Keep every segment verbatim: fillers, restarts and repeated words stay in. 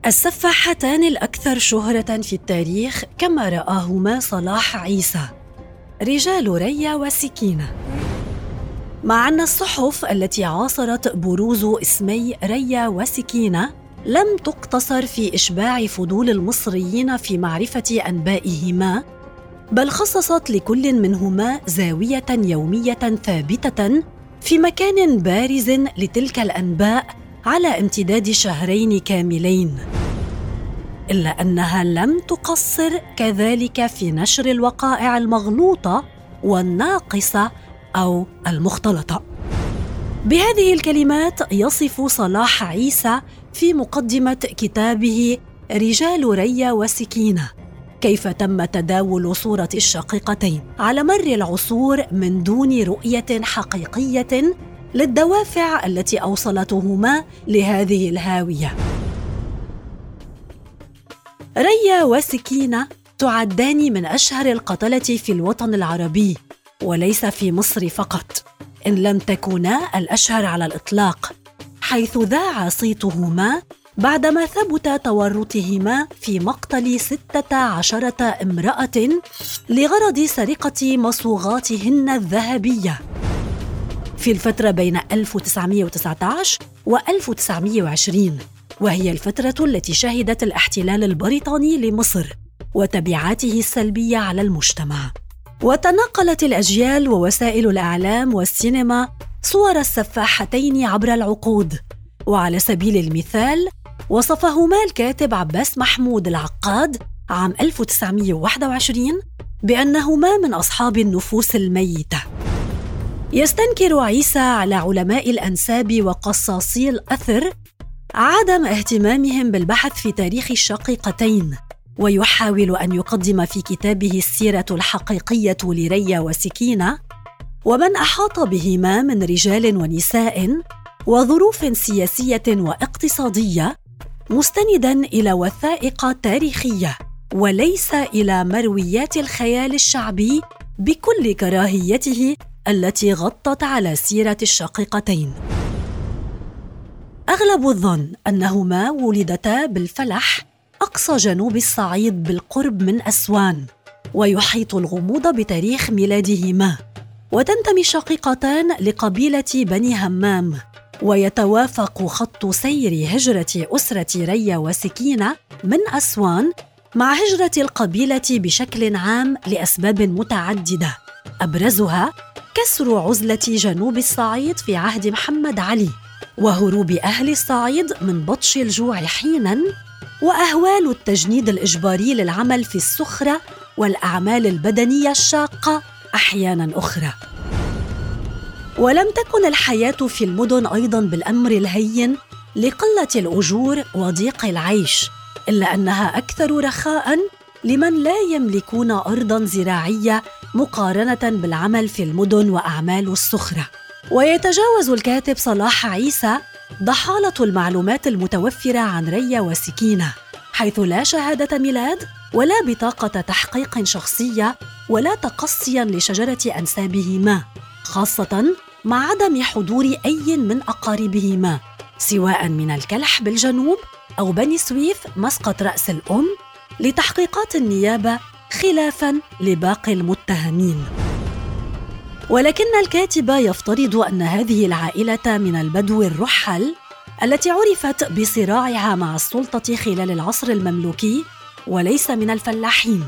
السفاحتان الأكثر شهرة في التاريخ كما رآهما صلاح عيسى، رجال ريا وسكينة. مع أن الصحف التي عاصرت بروز اسمي ريا وسكينة لم تقتصر في إشباع فضول المصريين في معرفة أنبائهما، بل خصصت لكل منهما زاوية يومية ثابتة في مكان بارز لتلك الأنباء على امتداد شهرين كاملين، إلا أنها لم تقصر كذلك في نشر الوقائع المغلوطة والناقصة أو المختلطة. بهذه الكلمات يصف صلاح عيسى في مقدمة كتابه رجال ريا وسكينة كيف تم تداول صورة الشقيقتين على مر العصور من دون رؤية حقيقية للدوافع التي أوصلتهما لهذه الهاوية. ريا وسكينة تعدان من أشهر القتلة في الوطن العربي، وليس في مصر فقط، إن لم تكونا الأشهر على الإطلاق، حيث ذاع صيتهما بعدما ثبت تورطهما في مقتل ستة عشرة امرأة لغرض سرقة مصوغاتهن الذهبية في الفترة بين ألف وتسعمائة وتسعة عشر و ألف وتسعمائة وعشرين، وهي الفترة التي شهدت الاحتلال البريطاني لمصر وتبعاته السلبية على المجتمع. وتناقلت الأجيال ووسائل الإعلام والسينما صور السفاحتين عبر العقود، وعلى سبيل المثال وصفهما الكاتب عباس محمود العقاد عام ألف وتسعمائة وواحد وعشرين بأنهما من أصحاب النفوس الميتة. يستنكر عيسى على علماء الأنساب وقصاصي الأثر عدم اهتمامهم بالبحث في تاريخ الشقيقتين، ويحاول أن يقدم في كتابه السيرة الحقيقية لريا وسكينة ومن أحاط بهما من رجال ونساء وظروف سياسية واقتصادية، مستنداً إلى وثائق تاريخية وليس إلى مرويات الخيال الشعبي بكل كراهيته التي غطت على سيرة الشقيقتين. أغلب الظن أنهما ولدتا بالفلح أقصى جنوب الصعيد بالقرب من أسوان، ويحيط الغموض بتاريخ ميلادهما، وتنتمي الشقيقتان لقبيلة بني همام، ويتوافق خط سير هجرة أسرة ريا وسكينة من أسوان مع هجرة القبيلة بشكل عام لأسباب متعددة، أبرزها كسر عزلة جنوب الصعيد في عهد محمد علي، وهروب أهل الصعيد من بطش الجوع حيناً، وأهوال التجنيد الإجباري للعمل في السخرة والأعمال البدنية الشاقة أحياناً أخرى. ولم تكن الحياة في المدن أيضاً بالأمر الهين لقلة الأجور وضيق العيش، إلا أنها أكثر رخاءً لمن لا يملكون أرضاً زراعية مقارنة بالعمل في المدن وأعمال السخرة. ويتجاوز الكاتب صلاح عيسى ضحالة المعلومات المتوفرة عن ريا وسكينة، حيث لا شهادة ميلاد ولا بطاقة تحقيق شخصية ولا تقصياً لشجرة أنسابهما، خاصة مع عدم حضور أي من أقاربهما سواء من الكلح بالجنوب أو بني سويف مسقط رأس الأم لتحقيقات النيابة، خلافاً لباقي المتهمين. ولكن الكاتب يفترض أن هذه العائلة من البدو الرحل التي عرفت بصراعها مع السلطة خلال العصر المملوكي وليس من الفلاحين،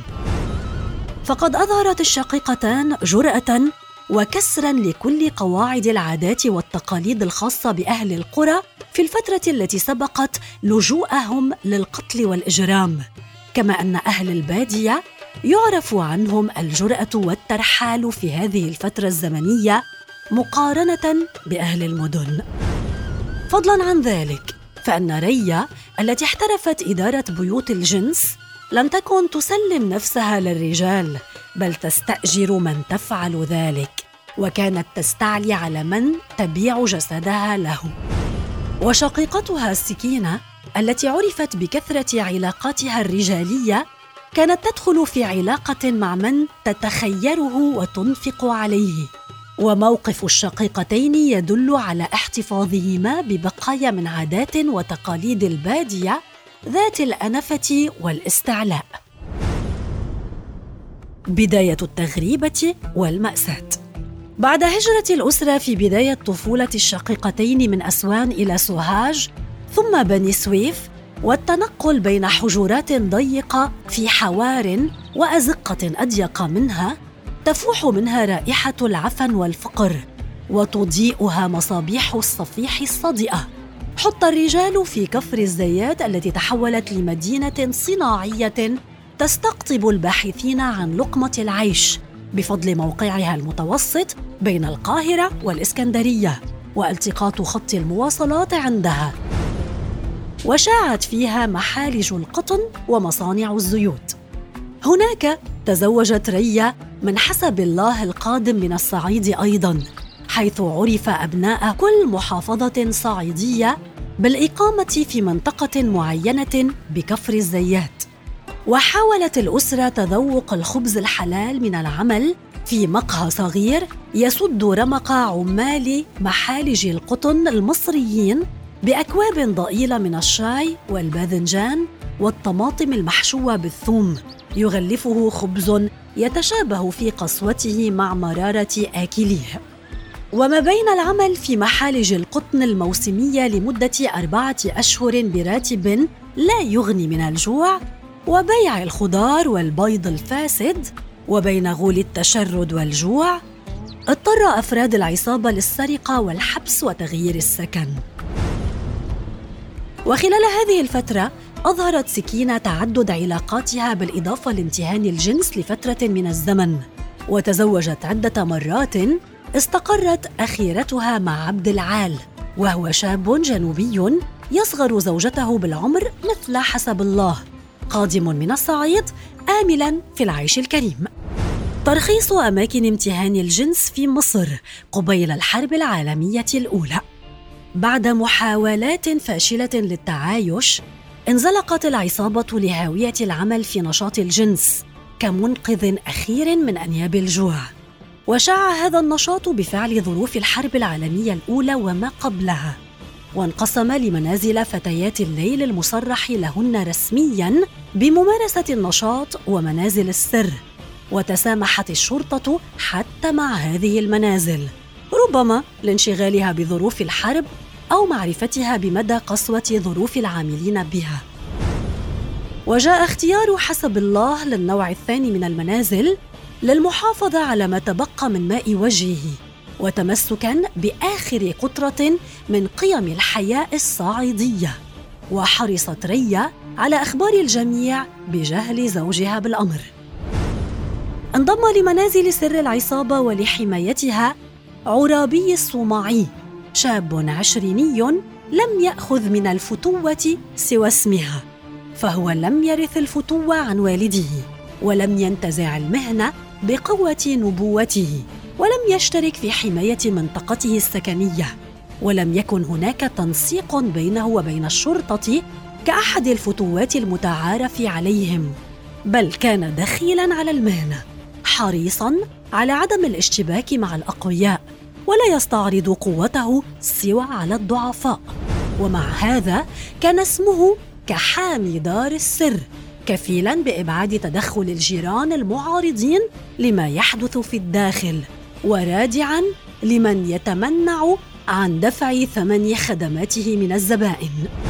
فقد أظهرت الشقيقتان جرأة وكسراً لكل قواعد العادات والتقاليد الخاصة بأهل القرى في الفترة التي سبقت لجوءهم للقتل والإجرام، كما أن أهل البادية يعرف عنهم الجرأة والترحال في هذه الفترة الزمنية مقارنة بأهل المدن. فضلاً عن ذلك، فإن ريا التي احترفت إدارة بيوت الجنس لم تكن تسلم نفسها للرجال، بل تستأجر من تفعل ذلك، وكانت تستعلي على من تبيع جسدها له. وشقيقتها السكينة التي عرفت بكثرة علاقاتها الرجالية كانت تدخل في علاقة مع من تتخيره وتنفق عليه، وموقف الشقيقتين يدل على احتفاظهما ببقايا من عادات وتقاليد البادية ذات الأنفة والاستعلاء. بداية التغريبة والمأساة. بعد هجرة الأسرة في بداية طفولة الشقيقتين من أسوان إلى سوهاج ثم بني سويف، والتنقل بين حجرات ضيقة في حوار وأزقة أضيق منها، تفوح منها رائحة العفن والفقر، وتضيئها مصابيح الصفيح الصدئة. حط الرجال في كفر الزيات التي تحولت لمدينة صناعية تستقطب الباحثين عن لقمة العيش بفضل موقعها المتوسط بين القاهرة والإسكندرية والتقاط خط المواصلات عندها. وشاعت فيها محالج القطن ومصانع الزيوت. هناك تزوجت ريا من حسب الله القادم من الصعيد أيضاً، حيث عرف أبناء كل محافظة صعيدية بالإقامة في منطقة معينة بكفر الزيات. وحاولت الأسرة تذوق الخبز الحلال من العمل في مقهى صغير يسد رمق عمال محالج القطن المصريين بأكواب ضئيلة من الشاي والباذنجان والطماطم المحشوة بالثوم، يغلفه خبز يتشابه في قسوته مع مرارة آكليه. وما بين العمل في محالج القطن الموسمية لمدة أربعة أشهر براتب لا يغني من الجوع، وبيع الخضار والبيض الفاسد، وبين غول التشرد والجوع، اضطر أفراد العصابة للسرقة والحبس وتغيير السكن. وخلال هذه الفترة أظهرت سكينة تعدد علاقاتها بالإضافة لامتهان الجنس لفترة من الزمن، وتزوجت عدة مرات، استقرت أخيرتها مع عبد العال، وهو شاب جنوبي يصغر زوجته بالعمر مثل حسب الله، قادم من الصعيد آملاً في العيش الكريم. ترخيص أماكن امتهان الجنس في مصر قبيل الحرب العالمية الأولى. بعد محاولات فاشلة للتعايش، انزلقت العصابة لهاوية العمل في نشاط الجنس كمنقذ أخير من أنياب الجوع. وشاع هذا النشاط بفعل ظروف الحرب العالمية الأولى وما قبلها، وانقسم لمنازل فتيات الليل المصرح لهن رسمياً بممارسة النشاط ومنازل السر، وتسامحت الشرطة حتى مع هذه المنازل، ربما لانشغالها بظروف الحرب أو معرفتها بمدى قسوة ظروف العاملين بها. وجاء اختيار حسب الله للنوع الثاني من المنازل للمحافظة على ما تبقى من ماء وجهه، وتمسكاً بآخر قطرة من قيم الحياة الصعيدية. وحرصت ريا على أخبار الجميع بجهل زوجها بالأمر. انضم لمنازل سر العصابة ولحمايتها عرابي الصوماعي، شاب عشريني لم يأخذ من الفتوة سوى اسمها، فهو لم يرث الفتوة عن والده، ولم ينتزع المهنة بقوة نبوته، ولم يشترك في حماية منطقته السكنية، ولم يكن هناك تنسيق بينه وبين الشرطة كأحد الفتوات المتعارف عليهم، بل كان دخيلاً على المهنة، حريصاً على عدم الاشتباك مع الأقوياء، ولا يستعرض قوته سوى على الضعفاء. ومع هذا كان اسمه كحامي دار السر، كفيلاً بإبعاد تدخل الجيران المعارضين لما يحدث في الداخل، ورادعاً لمن يتمنع عن دفع ثمن خدماته من الزبائن.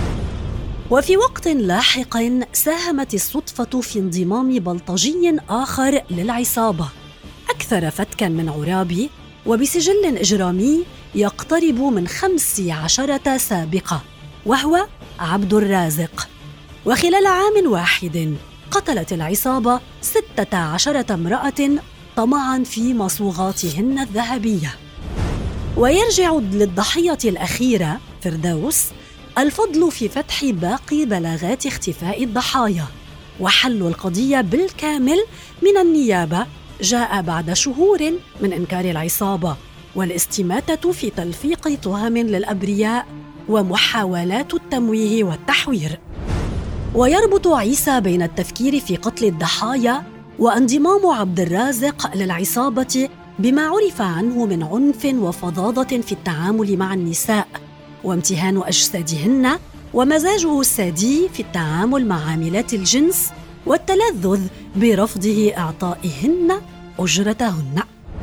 وفي وقت لاحق ساهمت الصدفة في انضمام بلطجي آخر للعصابة، أكثر فتكاً من عرابي، وبسجل إجرامي يقترب من خمس عشرة سابقة، وهو عبد الرازق. وخلال عام واحد قتلت العصابة ستة عشرة امرأة طمعاً في مصوغاتهن الذهبية. ويرجع للضحية الأخيرة فردوس الفضل في فتح باقي بلاغات اختفاء الضحايا، وحل القضية بالكامل من النيابة جاء بعد شهور من إنكار العصابة والاستماتة في تلفيق تهم للأبرياء ومحاولات التمويه والتحوير. ويربط عيسى بين التفكير في قتل الضحايا وانضمام عبد الرازق للعصابة بما عرف عنه من عنف وفظاظة في التعامل مع النساء وامتهان أجسادهن ومزاجه السادي في التعامل مع عاملات الجنس والتلذذ برفضه إعطائهن أجرتهن.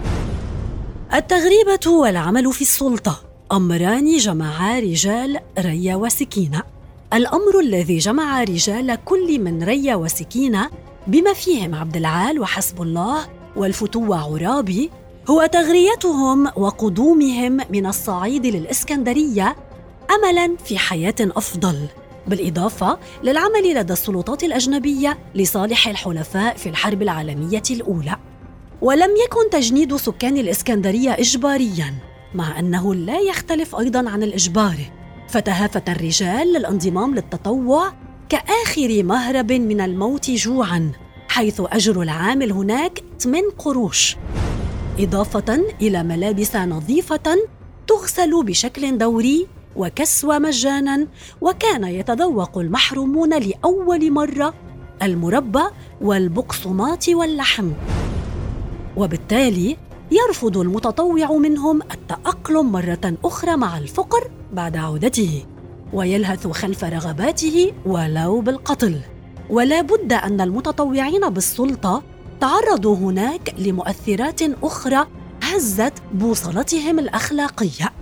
التغريبة والعمل في السلطة أمران جمعا رجال ريا وسكينة. الأمر الذي جمع رجال كل من ريا وسكينة بما فيهم عبد العال وحسب الله والفتوة عرابي هو تغريتهم وقدومهم من الصعيد للإسكندرية أملاً في حياة أفضل، بالإضافة للعمل لدى السلطات الأجنبية لصالح الحلفاء في الحرب العالمية الأولى. ولم يكن تجنيد سكان الإسكندرية إجبارياً، مع أنه لا يختلف أيضاً عن الإجبار، فتهافت الرجال للانضمام للتطوع كآخر مهرب من الموت جوعاً، حيث أجر العامل هناك ثمانية قروش، إضافة إلى ملابس نظيفة تغسل بشكل دوري وكسوة مجاناً. وكان يتذوق المحرومون لأول مرة المربى والبقسماط واللحم، وبالتالي يرفض المتطوع منهم التأقلم مرة أخرى مع الفقر بعد عودته، ويلهث خلف رغباته ولو بالقتل. ولا بد أن المتطوعين بالسلطة تعرضوا هناك لمؤثرات أخرى هزت بوصلتهم الأخلاقية.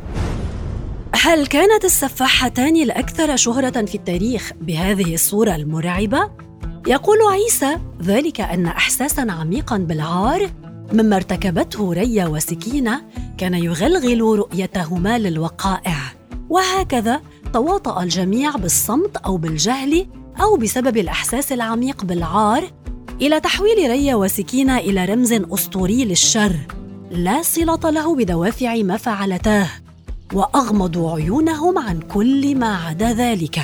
هل كانت السفاحتان الأكثر شهرة في التاريخ بهذه الصورة المرعبة؟ يقول عيسى ذلك أن إحساساً عميقاً بالعار مما ارتكبته ريا وسكينة كان يغلغل رؤيتهما للوقائع، وهكذا تواطأ الجميع بالصمت أو بالجهل أو بسبب الإحساس العميق بالعار إلى تحويل ريا وسكينة إلى رمز أسطوري للشر لا صلة له بدوافع ما فعلتاه، وأغمضوا عيونهم عن كل ما عدا ذلك.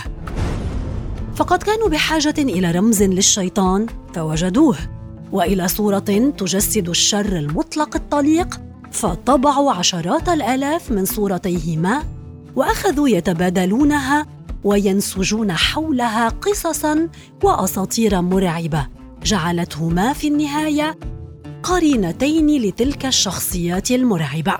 فقد كانوا بحاجة إلى رمز للشيطان فوجدوه، وإلى صورة تجسد الشر المطلق الطليق فطبعوا عشرات الآلاف من صورتيهما، وأخذوا يتبادلونها وينسجون حولها قصصاً وأساطير مرعبة جعلتهما في النهاية قرينتين لتلك الشخصيات المرعبة.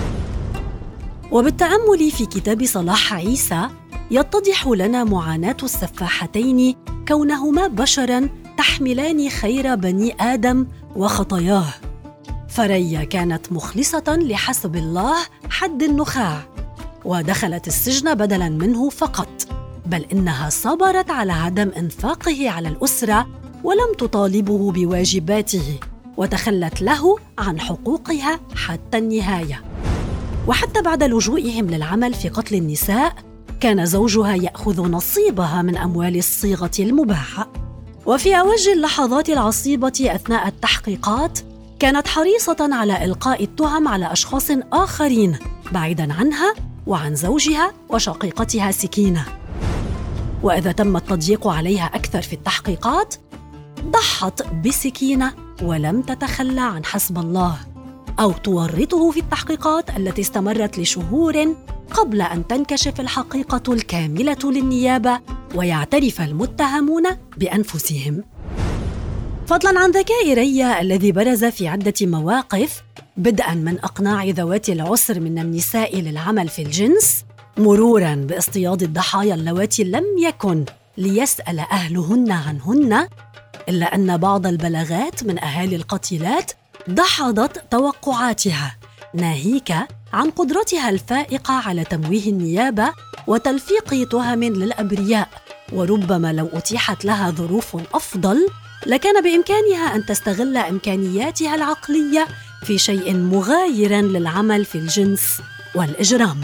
وبالتأمل في كتاب صلاح عيسى يتضح لنا معاناة السفاحتين كونهما بشراً تحملان خير بني آدم وخطاياه. فريا كانت مخلصة لحسب الله حد النخاع، ودخلت السجن بدلاً منه فقط، بل إنها صبرت على عدم إنفاقه على الأسرة ولم تطالبه بواجباته، وتخلت له عن حقوقها حتى النهاية. وحتى بعد لجوئهم للعمل في قتل النساء كان زوجها يأخذ نصيبها من أموال الصيغة المباحة. وفي أوج اللحظات العصيبة أثناء التحقيقات كانت حريصة على إلقاء التهم على أشخاص آخرين بعيداً عنها وعن زوجها وشقيقتها سكينة. وإذا تم التضييق عليها أكثر في التحقيقات ضحت بسكينة ولم تتخلى عن حسب الله، أو تورطه في التحقيقات التي استمرت لشهور قبل أن تنكشف الحقيقة الكاملة للنيابة ويعترف المتهمون بأنفسهم. فضلاً عن ذكاء ريا الذي برز في عدة مواقف، بدءاً من إقناع ذوات العسر من النساء للعمل في الجنس، مروراً باصطياد الضحايا اللواتي لم يكن ليسأل أهلهن عنهن، إلا أن بعض البلاغات من أهالي القتيلات دحضت توقعاتها، ناهيك عن قدرتها الفائقة على تمويه النيابة وتلفيق تهم للأبرياء. وربما لو أتيحت لها ظروف أفضل لكان بإمكانها أن تستغل إمكانياتها العقلية في شيء مغاير للعمل في الجنس والإجرام.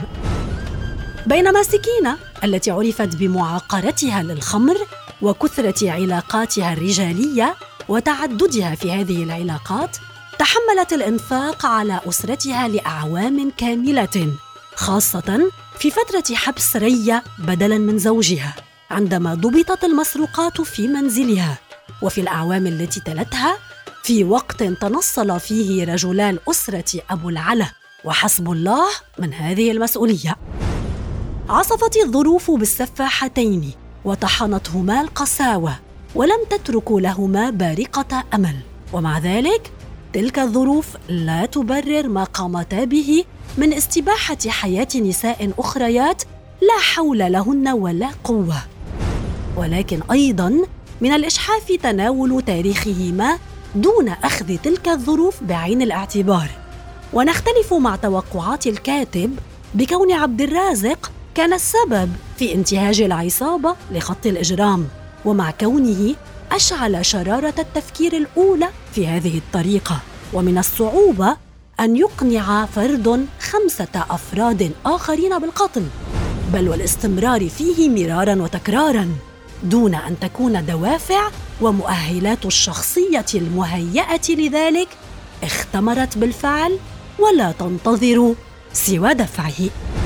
بينما سكينة التي عرفت بمعاقرتها للخمر وكثرة علاقاتها الرجالية وتعددها في هذه العلاقات تحملت الإنفاق على أسرتها لأعوام كاملة، خاصة في فترة حبس ريا بدلاً من زوجها عندما ضبطت المسروقات في منزلها، وفي الأعوام التي تلتها في وقت تنصل فيه رجلا الأسرة أبو العلا وحسب الله من هذه المسؤولية. عصفت الظروف بالسفاحتين وطحنتهما القساوة ولم تترك لهما بارقة أمل، ومع ذلك تلك الظروف لا تبرر ما قامتا به من استباحة حياة نساء أخريات لا حول لهن ولا قوة. ولكن أيضاً من الإجحاف تناول تاريخهما دون أخذ تلك الظروف بعين الاعتبار. ونختلف مع توقعات الكاتب بكون عبد الرازق كان السبب في انتهاج العصابة لخط الإجرام، ومع كونه أشعل شرارة التفكير الأولى في هذه الطريقة. ومن الصعوبة أن يقنع فرد خمسة أفراد آخرين بالقتل، بل والاستمرار فيه مرارا وتكرارا دون أن تكون دوافع ومؤهلات الشخصية المهيئة لذلك اختمرت بالفعل ولا تنتظر سوى دفعه.